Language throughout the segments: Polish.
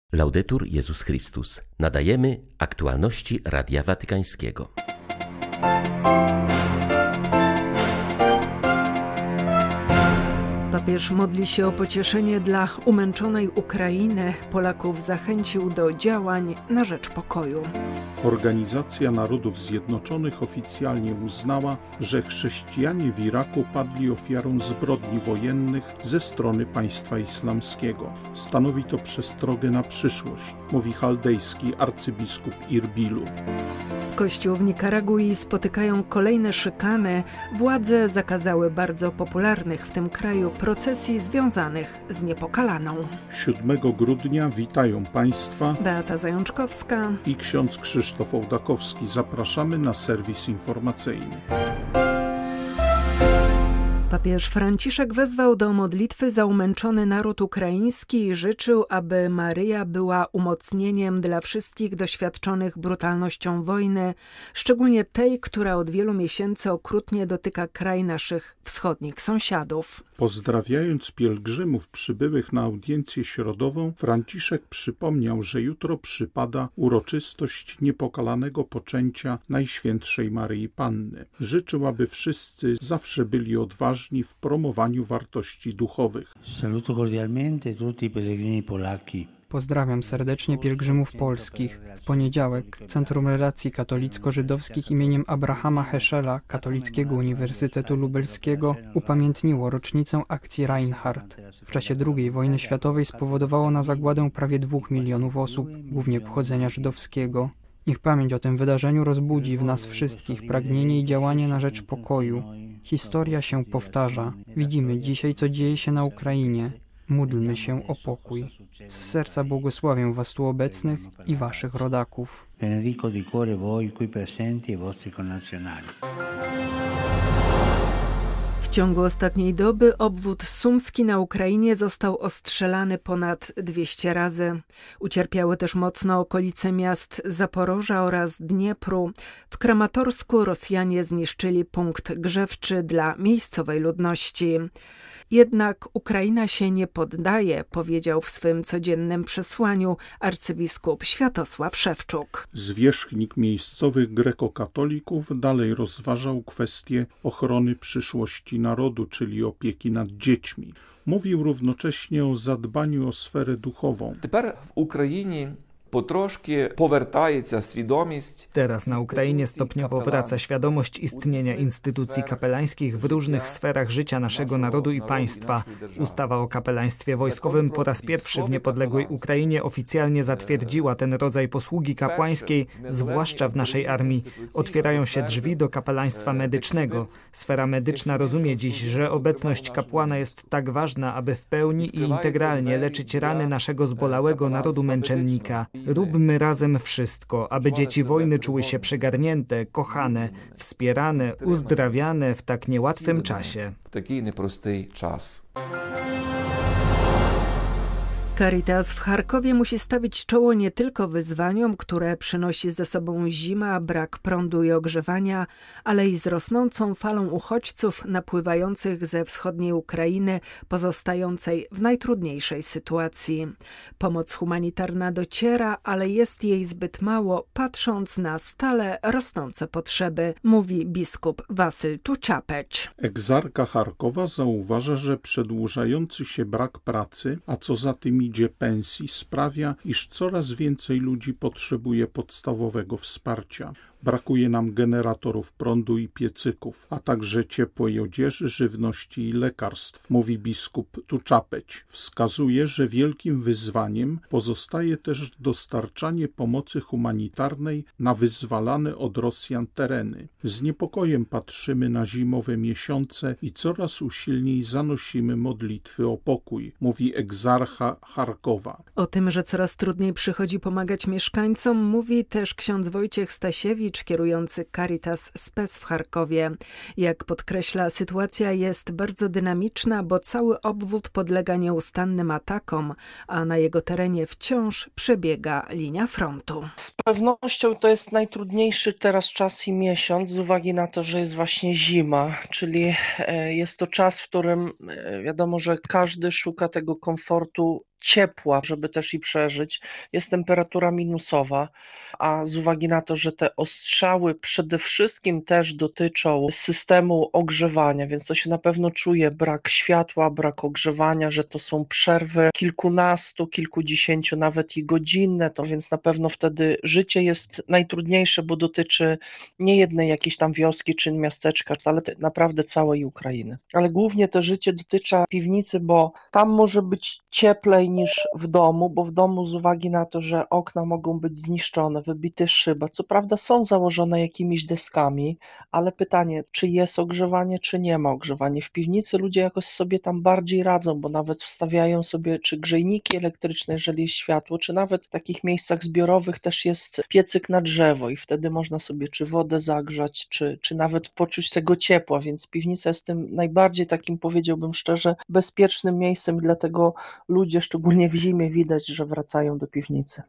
Laudetur Jezus Chrystus. Nadajemy aktualności Radia Watykańskiego. Papież modli się o pocieszenie dla umęczonej Ukrainy. Polaków zachęcił do działań na rzecz pokoju. Organizacja Narodów Zjednoczonych oficjalnie uznała, że chrześcijanie w Iraku padli ofiarą zbrodni wojennych ze strony państwa islamskiego. Stanowi to przestrogę na przyszłość, mówi chaldejski arcybiskup Irbilu. Kościół w Nikaragui spotykają kolejne szykany. Władze zakazały bardzo popularnych w tym kraju procesji związanych z Niepokalaną. 7 grudnia witają Państwa Beata Zajączkowska i ksiądz Krzysztof Ołdakowski. Zapraszamy na serwis informacyjny. Papież Franciszek wezwał do modlitwy za umęczony naród ukraiński i życzył, aby Maryja była umocnieniem dla wszystkich doświadczonych brutalnością wojny, szczególnie tej, która od wielu miesięcy okrutnie dotyka kraj naszych wschodnich sąsiadów. Pozdrawiając pielgrzymów przybyłych na audiencję środową, Franciszek przypomniał, że jutro przypada uroczystość niepokalanego poczęcia Najświętszej Maryi Panny. Życzył, aby wszyscy zawsze byli odważni w promowaniu wartości duchowych. Saluto cordialmente tutti i pellegrini polacchi. Pozdrawiam serdecznie pielgrzymów polskich. W poniedziałek Centrum Relacji Katolicko-Żydowskich imieniem Abrahama Heschela Katolickiego Uniwersytetu Lubelskiego upamiętniło rocznicę akcji Reinhardt. W czasie II wojny światowej spowodowało na zagładę prawie 2 milionów osób, głównie pochodzenia żydowskiego. Niech pamięć o tym wydarzeniu rozbudzi w nas wszystkich pragnienie i działanie na rzecz pokoju. Historia się powtarza. Widzimy dzisiaj, co dzieje się na Ukrainie. Módlmy się o pokój. Z serca błogosławię was tu obecnych i waszych rodaków. Benedico di cuore voi qui presenti e vostri connazionali. W ciągu ostatniej doby obwód sumski na Ukrainie został ostrzelany ponad 200 razy. Ucierpiały też mocno okolice miast Zaporoża oraz Dniepru. W Kramatorsku Rosjanie zniszczyli punkt grzewczy dla miejscowej ludności. Jednak Ukraina się nie poddaje, powiedział w swym codziennym przesłaniu arcybiskup Światosław Szewczuk. Zwierzchnik miejscowych grekokatolików dalej rozważał kwestię ochrony przyszłości narodu, czyli opieki nad dziećmi. Mówił równocześnie o zadbaniu o sferę duchową. Teraz na Ukrainie stopniowo wraca świadomość istnienia instytucji kapelańskich w różnych sferach życia naszego narodu i państwa. Ustawa o kapelaństwie wojskowym po raz pierwszy w niepodległej Ukrainie oficjalnie zatwierdziła ten rodzaj posługi kapłańskiej, zwłaszcza w naszej armii. Otwierają się drzwi do kapelaństwa medycznego. Sfera medyczna rozumie dziś, że obecność kapłana jest tak ważna, aby w pełni i integralnie leczyć rany naszego zbolałego narodu męczennika. Róbmy razem wszystko, aby dzieci wojny czuły się przygarnięte, kochane, wspierane, uzdrawiane w tak niełatwym czasie. Caritas w Charkowie musi stawić czoło nie tylko wyzwaniom, które przynosi ze sobą zima, brak prądu i ogrzewania, ale i z rosnącą falą uchodźców napływających ze wschodniej Ukrainy, pozostającej w najtrudniejszej sytuacji. Pomoc humanitarna dociera, ale jest jej zbyt mało, patrząc na stale rosnące potrzeby, mówi biskup Wasyl Tuczapeć. Egzarka Charkowa zauważa, że przedłużający się brak pracy, a co za tym idzie pensji, sprawia, iż coraz więcej ludzi potrzebuje podstawowego wsparcia. Brakuje nam generatorów prądu i piecyków, a także ciepłej odzieży, żywności i lekarstw, mówi biskup Tuczapeć. Wskazuje, że wielkim wyzwaniem pozostaje też dostarczanie pomocy humanitarnej na wyzwalane od Rosjan tereny. Z niepokojem patrzymy na zimowe miesiące i coraz usilniej zanosimy modlitwy o pokój, mówi egzarcha Charkowa. O tym, że coraz trudniej przychodzi pomagać mieszkańcom, mówi też ksiądz Wojciech Stasiewic, kierujący Caritas Spes w Charkowie. Jak podkreśla, sytuacja jest bardzo dynamiczna, bo cały obwód podlega nieustannym atakom, a na jego terenie wciąż przebiega linia frontu. Z pewnością to jest najtrudniejszy teraz czas i miesiąc z uwagi na to, że jest właśnie zima, czyli jest to czas, w którym wiadomo, że każdy szuka tego komfortu ciepła, żeby też i przeżyć. Jest temperatura minusowa, a z uwagi na to, że te ostrzały przede wszystkim też dotyczą systemu ogrzewania, więc to się na pewno czuje, brak światła, brak ogrzewania, że to są przerwy kilkunastu, kilkudziesięciu, nawet i godzinne, to więc na pewno wtedy życie jest najtrudniejsze, bo dotyczy nie jednej jakiejś tam wioski czy miasteczka, ale naprawdę całej Ukrainy. Ale głównie to życie dotyczy piwnicy, bo tam może być cieplej niż w domu, bo w domu z uwagi na to, że okna mogą być zniszczone, wybite szyba, co prawda są założone jakimiś deskami, ale pytanie, czy jest ogrzewanie, czy nie ma ogrzewania. W piwnicy ludzie jakoś sobie tam bardziej radzą, bo nawet wstawiają sobie czy grzejniki elektryczne, jeżeli jest światło, czy nawet w takich miejscach zbiorowych też jest piecyk na drzewo i wtedy można sobie czy wodę zagrzać, czy nawet poczuć tego ciepła, więc piwnica jest tym najbardziej takim, powiedziałbym szczerze, bezpiecznym miejscem i dlatego ludzie, szczególnie w zimie, widać, że wracają do piwnicy.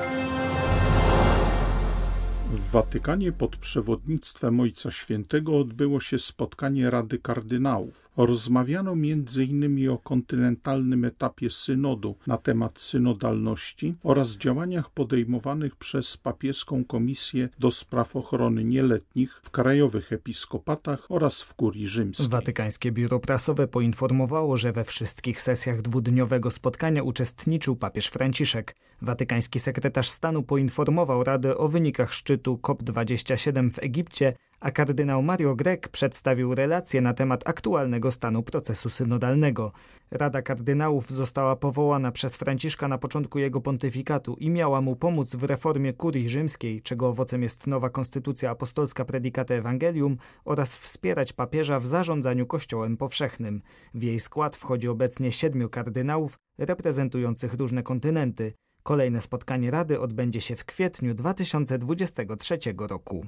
W Watykanie pod przewodnictwem Ojca Świętego odbyło się spotkanie Rady Kardynałów. Rozmawiano m.in. o kontynentalnym etapie synodu na temat synodalności oraz działaniach podejmowanych przez papieską Komisję do spraw ochrony nieletnich w krajowych episkopatach oraz w kurii rzymskiej. Watykańskie biuro prasowe poinformowało, że we wszystkich sesjach dwudniowego spotkania uczestniczył papież Franciszek. Watykański sekretarz stanu poinformował Radę o wynikach szczytu COP27 w Egipcie, a kardynał Mario Grech przedstawił relacje na temat aktualnego stanu procesu synodalnego. Rada kardynałów została powołana przez Franciszka na początku jego pontyfikatu i miała mu pomóc w reformie kurii rzymskiej, czego owocem jest nowa konstytucja apostolska Praedicate Evangelium, oraz wspierać papieża w zarządzaniu Kościołem powszechnym. W jej skład wchodzi obecnie 7 kardynałów reprezentujących różne kontynenty. Kolejne spotkanie Rady odbędzie się w kwietniu 2023 roku.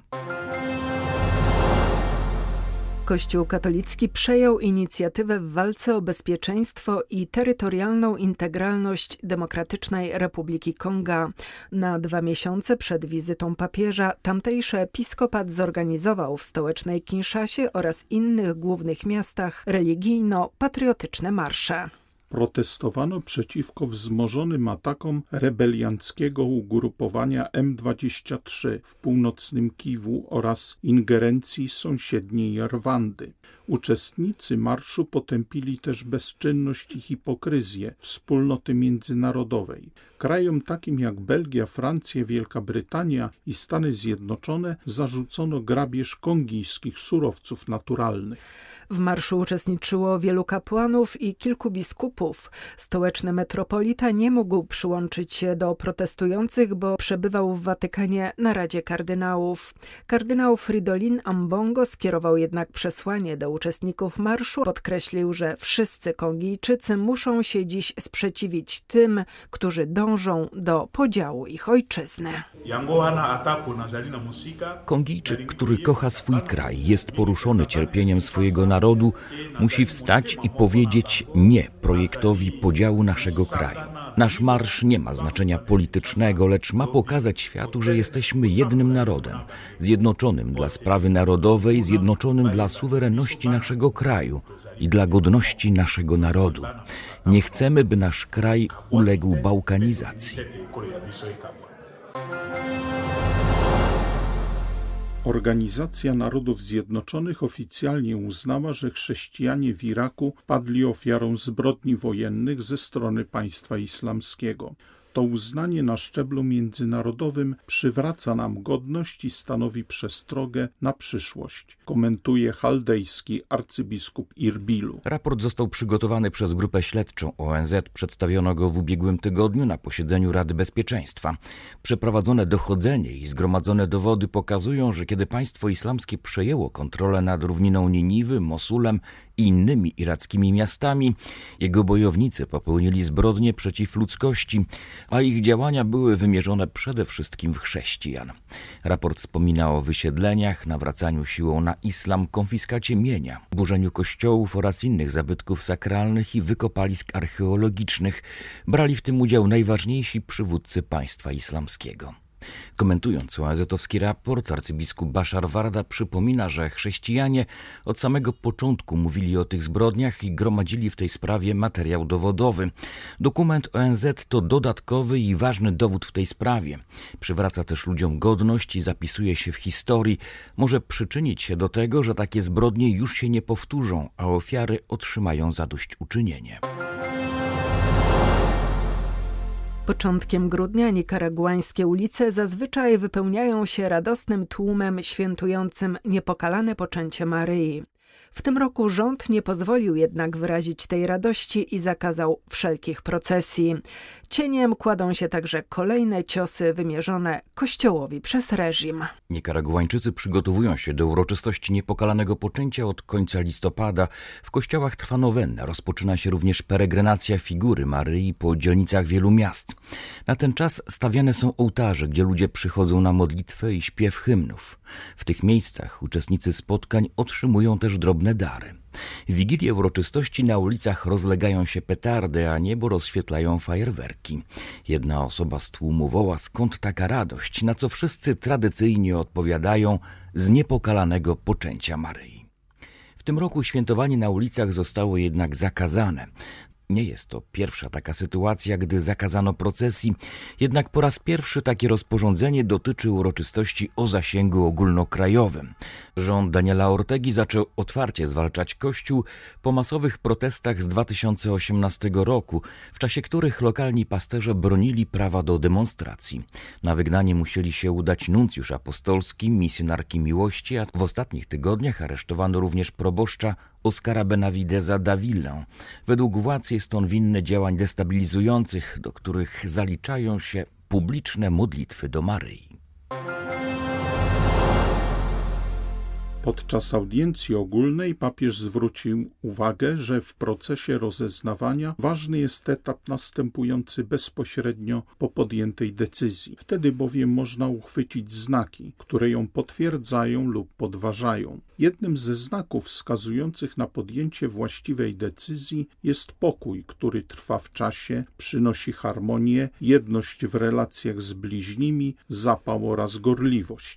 Kościół katolicki przejął inicjatywę w walce o bezpieczeństwo i terytorialną integralność Demokratycznej Republiki Konga. Na 2 miesiące przed wizytą papieża tamtejszy episkopat zorganizował w stołecznej Kinszasie oraz innych głównych miastach religijno-patriotyczne marsze. Protestowano przeciwko wzmożonym atakom rebelianckiego ugrupowania M23 w północnym Kiwu oraz ingerencji sąsiedniej Rwandy. Uczestnicy marszu potępili też bezczynność i hipokryzję wspólnoty międzynarodowej. Krajom takim jak Belgia, Francja, Wielka Brytania i Stany Zjednoczone zarzucono grabież kongijskich surowców naturalnych. W marszu uczestniczyło wielu kapłanów i kilku biskupów. Stołeczny metropolita nie mógł przyłączyć się do protestujących, bo przebywał w Watykanie na Radzie Kardynałów. Kardynał Fridolin Ambongo skierował jednak przesłanie do uczestników marszu. Podkreślił, że wszyscy Kongijczycy muszą się dziś sprzeciwić tym, którzy dążą do podziału ich ojczyzny. Kongijczyk, który kocha swój kraj, jest poruszony cierpieniem swojego narodu, musi wstać i powiedzieć nie projektowi podziału naszego kraju. Nasz marsz nie ma znaczenia politycznego, lecz ma pokazać światu, że jesteśmy jednym narodem, zjednoczonym dla sprawy narodowej, zjednoczonym dla suwerenności naszego kraju i dla godności naszego narodu. Nie chcemy, by nasz kraj uległ bałkanizacji. Organizacja Narodów Zjednoczonych oficjalnie uznała, że chrześcijanie w Iraku padli ofiarą zbrodni wojennych ze strony państwa islamskiego. To uznanie na szczeblu międzynarodowym przywraca nam godność i stanowi przestrogę na przyszłość, komentuje chaldejski arcybiskup Irbilu. Raport został przygotowany przez grupę śledczą ONZ. Przedstawiono go w ubiegłym tygodniu na posiedzeniu Rady Bezpieczeństwa. Przeprowadzone dochodzenie i zgromadzone dowody pokazują, że kiedy państwo islamskie przejęło kontrolę nad równiną Niniwy, Mosulem i innymi irackimi miastami, jego bojownicy popełnili zbrodnie przeciw ludzkości, a ich działania były wymierzone przede wszystkim w chrześcijan. Raport wspomina o wysiedleniach, nawracaniu siłą na islam, konfiskacie mienia, burzeniu kościołów oraz innych zabytków sakralnych i wykopalisk archeologicznych. Brali w tym udział najważniejsi przywódcy państwa islamskiego. Komentując ONZ-owski raport, arcybiskup Bashar Warda przypomina, że chrześcijanie od samego początku mówili o tych zbrodniach i gromadzili w tej sprawie materiał dowodowy. Dokument ONZ to dodatkowy i ważny dowód w tej sprawie. Przywraca też ludziom godność i zapisuje się w historii. Może przyczynić się do tego, że takie zbrodnie już się nie powtórzą, a ofiary otrzymają zadośćuczynienie. Początkiem grudnia nikaraguańskie ulice zazwyczaj wypełniają się radosnym tłumem świętującym niepokalane poczęcie Maryi. W tym roku rząd nie pozwolił jednak wyrazić tej radości i zakazał wszelkich procesji. Cieniem kładą się także kolejne ciosy wymierzone Kościołowi przez reżim. Nikaraguańczycy przygotowują się do uroczystości niepokalanego poczęcia od końca listopada. W kościołach trwa nowenna. Rozpoczyna się również peregrinacja figury Maryi po dzielnicach wielu miast. Na ten czas stawiane są ołtarze, gdzie ludzie przychodzą na modlitwę i śpiew hymnów. W tych miejscach uczestnicy spotkań otrzymują też drobne dary. W wigilię uroczystości na ulicach rozlegają się petardy, a niebo rozświetlają fajerwerki. Jedna osoba z tłumu woła: skąd taka radość? Na co wszyscy tradycyjnie odpowiadają: z niepokalanego poczęcia Maryi. W tym roku świętowanie na ulicach zostało jednak zakazane. Nie jest to pierwsza taka sytuacja, gdy zakazano procesji, jednak po raz pierwszy takie rozporządzenie dotyczy uroczystości o zasięgu ogólnokrajowym. Rząd Daniela Ortegi zaczął otwarcie zwalczać Kościół po masowych protestach z 2018 roku, w czasie których lokalni pasterze bronili prawa do demonstracji. Na wygnanie musieli się udać nuncjusz apostolski, misjonarki miłości, a w ostatnich tygodniach aresztowano również proboszcza Oscara Benavideza Davillę. Według władz jest on winny działań destabilizujących, do których zaliczają się publiczne modlitwy do Maryi. Podczas audiencji ogólnej papież zwrócił uwagę, że w procesie rozeznawania ważny jest etap następujący bezpośrednio po podjętej decyzji. Wtedy bowiem można uchwycić znaki, które ją potwierdzają lub podważają. Jednym ze znaków wskazujących na podjęcie właściwej decyzji jest pokój, który trwa w czasie, przynosi harmonię, jedność w relacjach z bliźnimi, zapał oraz gorliwość.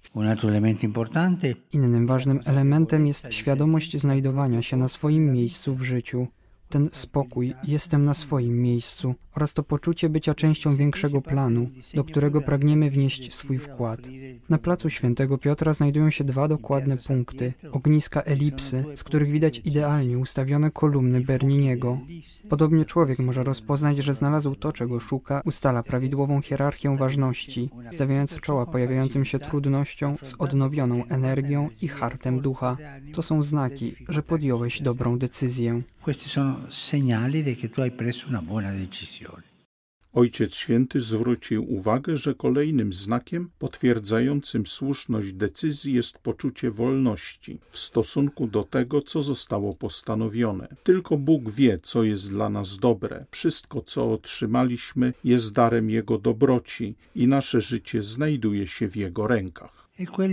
Innym ważnym elementem jest świadomość znajdowania się na swoim miejscu w życiu. Ten spokój, jestem na swoim miejscu, oraz to poczucie bycia częścią większego planu, do którego pragniemy wnieść swój wkład. Na placu Świętego Piotra znajdują się dwa dokładne punkty, ogniska elipsy, z których widać idealnie ustawione kolumny Berniniego. Podobnie człowiek może rozpoznać, że znalazł to, czego szuka, ustala prawidłową hierarchię ważności, stawiając czoła pojawiającym się trudnościom z odnowioną energią i hartem ducha. To są znaki, że podjąłeś dobrą decyzję. Ojciec Święty zwrócił uwagę, że kolejnym znakiem potwierdzającym słuszność decyzji jest poczucie wolności w stosunku do tego, co zostało postanowione. Tylko Bóg wie, co jest dla nas dobre. Wszystko, co otrzymaliśmy, jest darem Jego dobroci i nasze życie znajduje się w Jego rękach.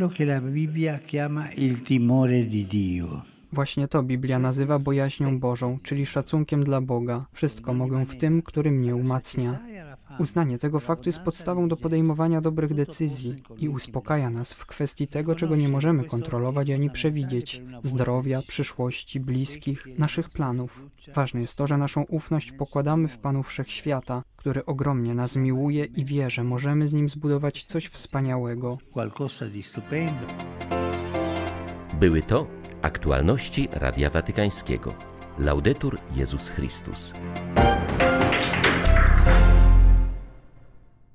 Właśnie to Biblia nazywa bojaźnią Bożą, czyli szacunkiem dla Boga. Wszystko mogę w tym, który mnie umacnia. Uznanie tego faktu jest podstawą do podejmowania dobrych decyzji i uspokaja nas w kwestii tego, czego nie możemy kontrolować ani przewidzieć: zdrowia, przyszłości, bliskich, naszych planów. Ważne jest to, że naszą ufność pokładamy w Panu Wszechświata, który ogromnie nas miłuje i wie, że możemy z Nim zbudować coś wspaniałego. Były to aktualności Radia Watykańskiego. Laudetur Jezus Chrystus.